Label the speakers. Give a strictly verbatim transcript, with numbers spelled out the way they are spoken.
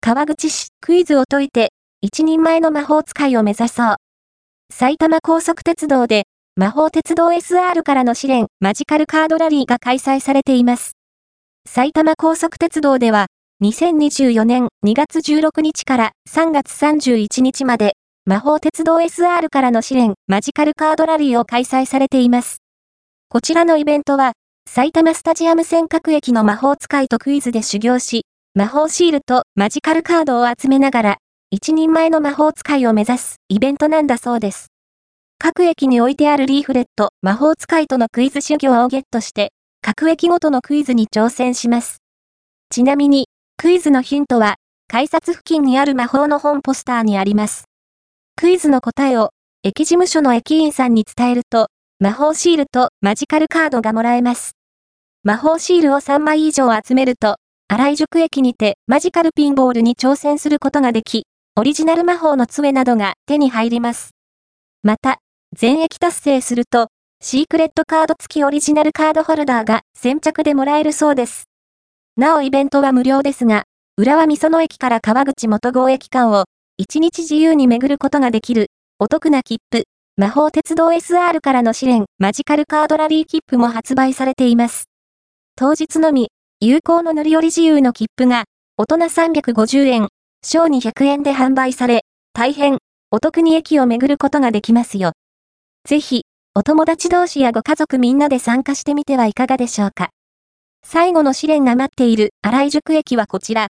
Speaker 1: 川口市、クイズを解いて、一人前の魔法使いを目指そう。埼玉高速鉄道で、魔法鉄道 エスアール からの試練、マジカルカードラリーが開催されています。埼玉高速鉄道では、にせんにじゅうよねんにがつじゅうろくにちからさんがつさんじゅういちにちまで、魔法鉄道 エスアール からの試練、マジカルカードラリーを開催されています。こちらのイベントは、埼玉スタジアム線各駅の魔法使いとクイズで修行し、魔法シールとマジカルカードを集めながら、一人前の魔法使いを目指すイベントなんだそうです。各駅に置いてあるリーフレット、魔法使いとのクイズ修行をゲットして、各駅ごとのクイズに挑戦します。ちなみに、クイズのヒントは、改札付近にある魔法の本ポスターにあります。クイズの答えを、駅事務所の駅員さんに伝えると、魔法シールとマジカルカードがもらえます。魔法シールをさんまい以上集めると、新井宿駅にてマジカルピンボールに挑戦することができ、オリジナル魔法の杖などが手に入ります。また、全駅達成すると、シークレットカード付きオリジナルカードホルダーが先着でもらえるそうです。なおイベントは無料ですが、浦和美園駅から川口元郷駅間をいちにち自由に巡ることができるお得な切符、魔法鉄道 エスアール からの試練マジカルカードラリー切符も発売されています。当日のみ、有効の乗り降り自由の切符が大人さんびゃくごじゅうえん、小にひゃくえんで販売され、大変お得に駅を巡ることができますよ。ぜひ、お友達同士やご家族みんなで参加してみてはいかがでしょうか。最後の試練が待っている新井宿駅はこちら。